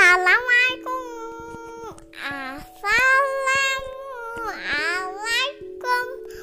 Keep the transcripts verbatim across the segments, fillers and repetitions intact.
Assalamualaikum. Assalamualaikum.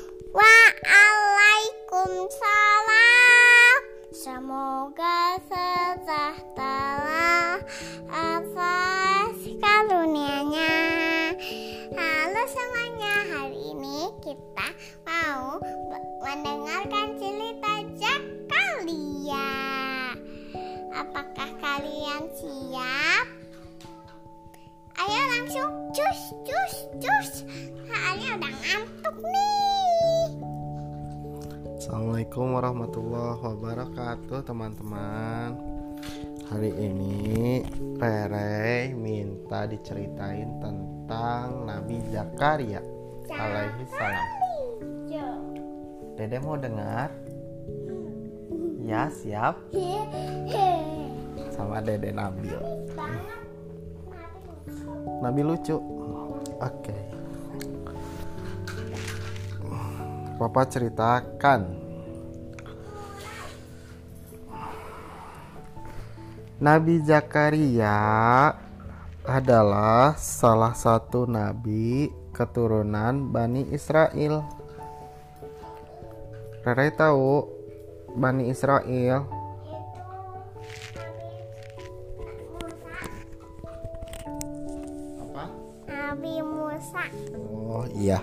Waalaikumsalam. Semoga sejahtera atas karunia-Nya. Halo semuanya, hari ini kita mau mendengarkan cerita Zakaria. Apakah kalian siap? Ayo langsung cus cus cus. Soalnya udah ngantuk nih. Assalamualaikum warahmatullahi wabarakatuh, teman-teman. Hari ini Rere minta diceritain tentang Nabi Zakaria alaihi salam. Dede mau dengar? Ya, siap. Sama Dede Nabil. Nabi lucu. Oke. Okay. Papa ceritakan. Nabi Zakaria adalah salah satu nabi keturunan Bani Israel. Rere tahu Bani Israel? Apa? Nabi Musa. Oh iya.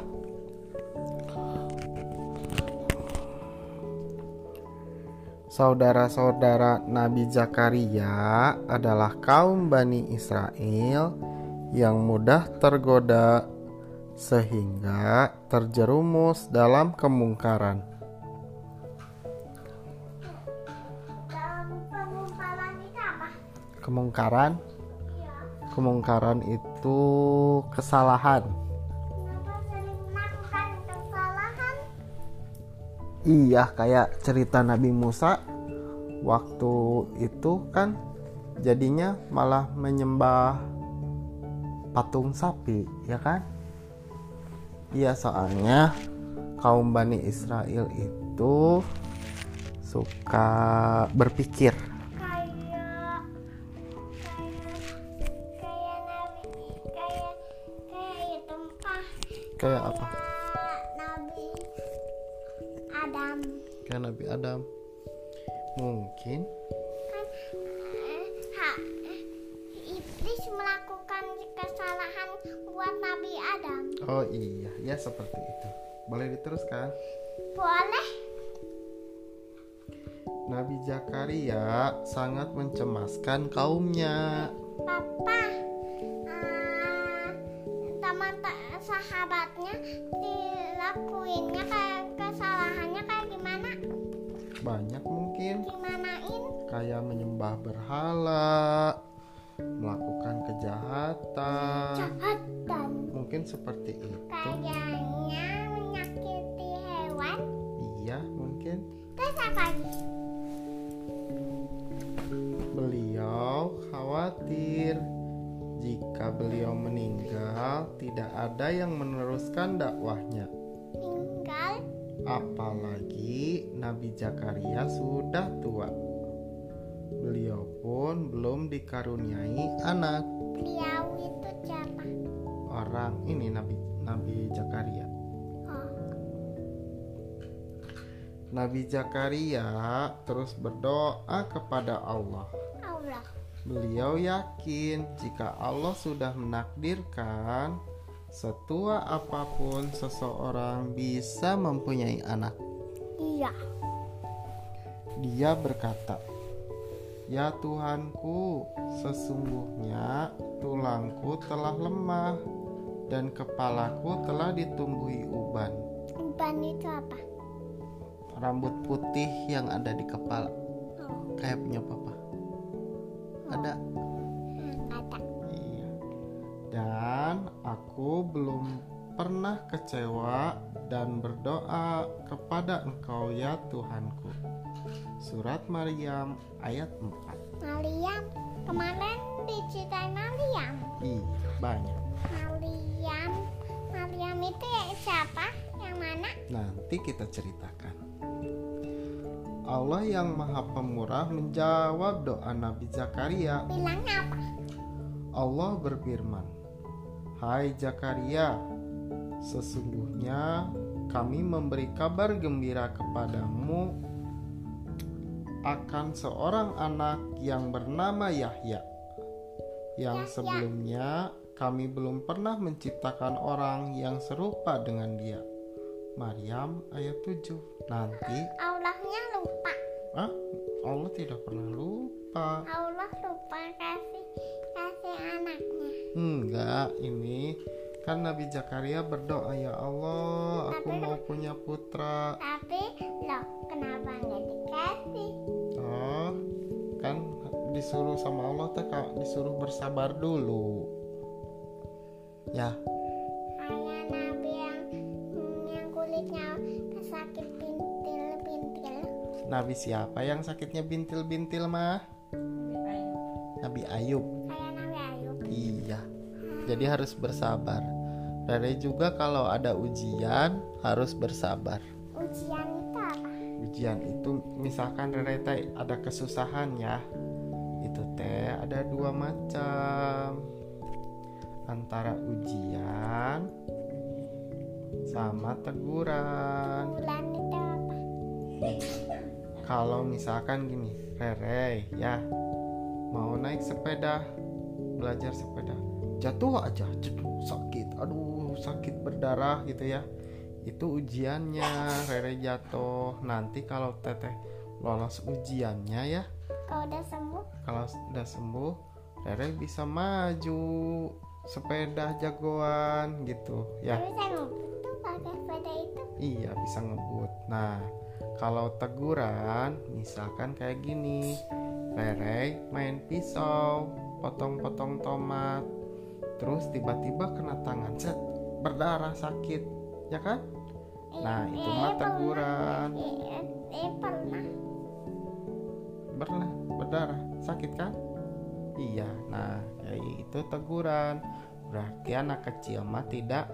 Saudara-saudara Nabi Zakaria adalah kaum Bani Israel yang mudah tergoda sehingga terjerumus dalam kemungkaran. Dalam pengumpulan itu apa? Kemungkaran? Iya. Kemungkaran itu kesalahan. Kenapa sering melakukan kesalahan? Iya, kayak cerita Nabi Musa waktu itu kan jadinya malah menyembah patung sapi, ya kan? Iya, soalnya kaum Bani Israel itu suka berpikir. Kayak kayak kayak Nabi kayak kayak itu Pak. Kayak apa? Nabi Adam. Kayak Nabi Adam. Mungkin Kan eh, ha, eh, iblis melakukan kesalahan buat Nabi Adam. oh iya, ya seperti itu. Boleh diteruskan? Boleh? Nabi Zakaria sangat mencemaskan kaumnya. Papa, eh, teman ta- sahabatnya dilakuinnya kayak kesalahannya kayak gimana? Banyak mungkin, Gimanain? kayak menyembah berhala, melakukan kejahatan. Jahatan. Mungkin seperti itu. Kayaknya menyakiti hewan. Iya, mungkin. Terus apa lagi? Beliau khawatir jika beliau meninggal tidak ada yang meneruskan dakwahnya. Tinggal Apalagi Nabi Zakaria sudah tua. Beliau pun belum dikaruniai anak. beliau itu siapa? Orang ini Nabi Nabi Zakaria. Oh, Nabi Zakaria terus berdoa kepada Allah. Allah. Beliau yakin jika Allah sudah menakdirkan setua apapun seseorang bisa mempunyai anak. Iya. Dia berkata, "Ya Tuhanku, sesungguhnya tulangku telah lemah dan kepalaku telah ditumbuhi uban." Uban itu apa? Rambut putih yang ada di kepala, Oh, kayak punya papa. Ada? ada. Iya. Dan aku belum pernah kecewa dan berdoa kepada Engkau ya Tuhanku. Surat Maryam ayat empat. Maryam, kemarin diceritain Maryam. Iya, banyak. Maryam, Maryam itu ya siapa? Yang mana? Nanti kita ceritakan. Allah yang Maha Pemurah menjawab doa Nabi Zakaria. Bilangnya apa? Allah berfirman, "Hai Zakaria, sesungguhnya kami memberi kabar gembira kepadamu akan seorang anak yang bernama Yahya, yang sebelumnya kami belum pernah menciptakan orang yang serupa dengan dia." Maryam ayat tujuh. Nanti Allahnya lupa. ah, Allah tidak pernah lupa. Allah lupa kasih kasih anaknya. Enggak, ini kan Nabi Zakaria berdoa, "Ya Allah, aku Tapi- mau punya putra." Tapi loh, kenapa nggak dikasih? Oh, kan disuruh sama Allah teh Kak, disuruh bersabar dulu. Ya, Kayak nabi yang yang kulitnya sakit bintil-bintil. Nabi siapa yang sakitnya bintil-bintil mah? Nabi Ayub. Kayak nabi Ayub. Iya. Jadi harus bersabar. Rere juga kalau ada ujian harus bersabar. Ujian itu apa? Ujian itu misalkan Rere teh ada kesusahan ya. Itu teh ada dua macam. Antara ujian sama teguran. Bulan itu apa? Kalau misalkan gini, Rere ya mau naik sepeda, belajar sepeda, jatuh aja, jatuh sakit, aduh sakit berdarah gitu ya. Itu ujiannya, Rere jatuh. Nanti kalau teteh lolos ujiannya ya, Kalau udah sembuh, kalau udah sembuh, Rere bisa maju sepeda jagoan gitu ya. tapi saya ngebut tuh pakai sepeda itu. Iya, bisa ngebut. Nah, kalau teguran misalkan kayak gini, Rere main pisau, potong-potong tomat, terus tiba-tiba kena tangan, set, berdarah sakit, ya kan? Nah, itu Eh, mah pernah. teguran. Eh, eh, pernah. Berlah, berdarah, sakit kan? Iya, nah kayak itu teguran. Berarti anak kecil mah tidak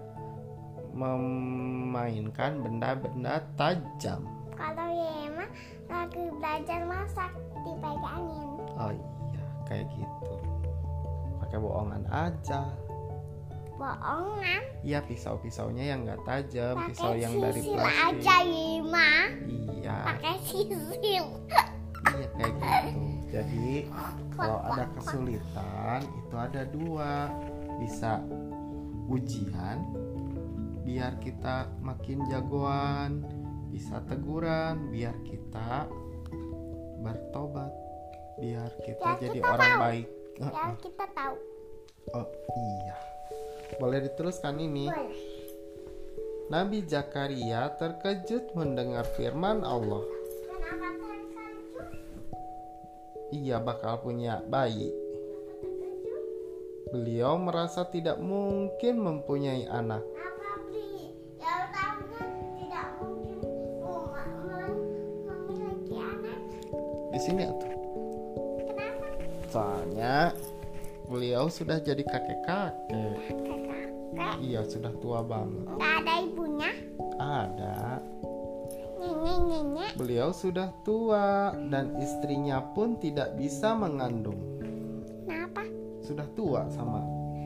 memainkan benda-benda tajam. Kalau Yema lagi belajar masak dipegangin. Oh iya, kayak gitu. Pakai bohongan aja. Bohongan. Iya, pisau-pisaunya yang nggak tajam, Pakai pisau yang dari sisil plastik. aja Yema. Iya, Pakai sisil. iya kayak gitu. Jadi kalau ada kesulitan itu ada dua, bisa ujian biar kita makin jagoan, bisa teguran biar kita bertobat, biar kita Ya, jadi kita orang tahu. baik. Ya kita tahu. Oh iya, boleh diteruskan ini. Boleh. Nabi Zakaria terkejut mendengar firman Allah. Kenapa terkejut? Ia bakal punya bayi. Terkejut? Beliau merasa tidak mungkin mempunyai anak. Apa Pri? Ya tahunya tidak mungkin mem- mem- memiliki anak. Di sini tuh. Kenapa? Soalnya beliau sudah jadi kakek-kakek. Kakak. Iya, sudah tua banget. Nggak ada ibunya. Ada. Nenek nenek. Beliau sudah tua dan istrinya pun tidak bisa mengandung. Kenapa? Sudah tua sama.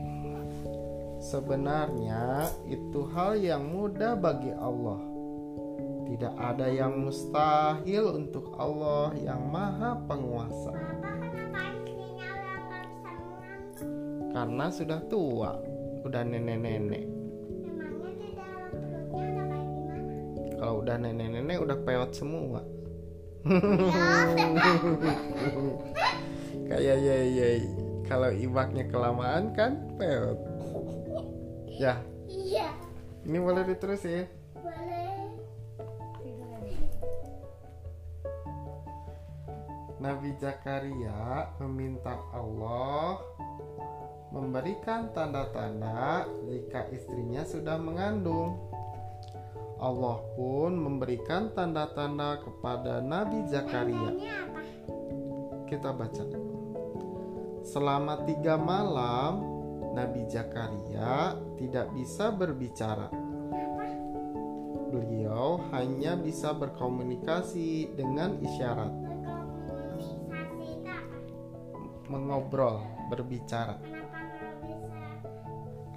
Sebenarnya itu hal yang mudah bagi Allah. Tidak ada yang mustahil untuk Allah yang Maha Penguasa. Papa kenapa istrinya udah nggak bisa mengandung? Karena sudah tua, udah nenek-nenek. Memangnya di dalam perutnya ada kayak gimana? Kalau udah nenek-nenek udah peot semua. Kayak ye ye. Kalau ibaknya kelamaan kan peot. Ya, Iya, ini boleh diterusin. boleh. Nabi Zakaria meminta Allah memberikan tanda-tanda jika istrinya sudah mengandung. Allah pun memberikan tanda-tanda kepada Nabi Zakaria. Tandanya apa? Kita baca. Selama tiga malam, Nabi Zakaria tidak bisa berbicara. Kenapa? Beliau hanya bisa berkomunikasi dengan isyarat, Berkomunikasi itu apa? mengobrol, berbicara. Kenapa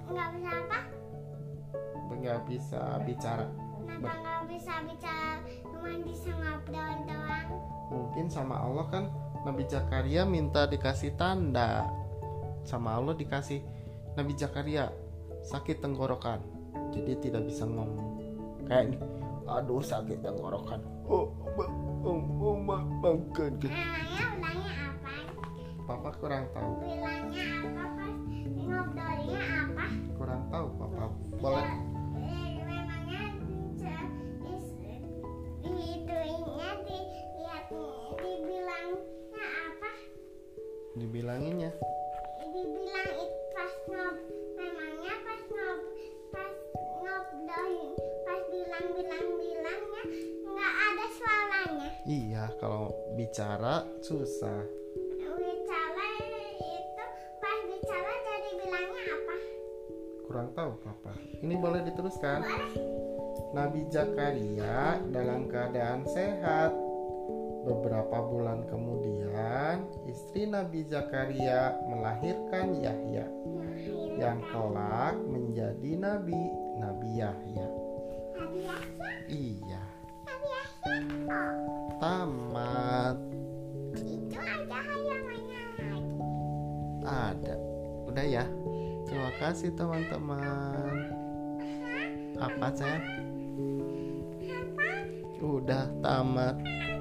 nggak bisa apa? Nggak bisa bicara. Kenapa nggak bisa bicara? Cuma bisa ngobrol doang. Mungkin sama Allah kan Nabi Zakaria minta dikasih tanda. Sama Allah dikasih, Nabi Zakaria sakit tenggorokan, jadi tidak bisa ngomong. Kayak ini, aduh sakit tenggorokan. Oh, oh, oh, makan. Namanya bilangnya apa? Papa kurang tahu. Bilangnya apa pas ngobrolnya apa? Kurang tahu Papa. Boleh. Eh, memangnya se- dis- dihituinnya dilihat dibilangnya apa? Dibilanginnya. Dibilang itu pas ngob memangnya pas ngob pas ngobrolin pas bilang-bilang bilangnya nggak ada suaranya. Iya, kalau bicara susah. Bicara itu pas bicara jadi bilangnya apa? Kurang tahu Papa. Ini boleh diteruskan. Boleh. Nabi Zakaria dalam keadaan sehat. Beberapa bulan kemudian, istri Nabi Zakaria melahirkan Yahya yang kelak menjadi nabi, Nabi Yahya. Nabi Yahya? Iya, Nabi Yahya? Oh, tamat. itu aja hayalannya lagi. Ada. Udah ya. Terima kasih teman-teman. Apa sayang? Apa? Udah tamat.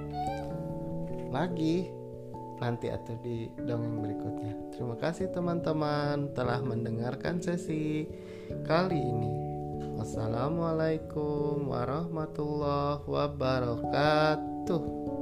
Lagi nanti atau di dongeng berikutnya. Terima kasih teman-teman telah mendengarkan sesi kali ini. Wassalamualaikum warahmatullahi wabarakatuh.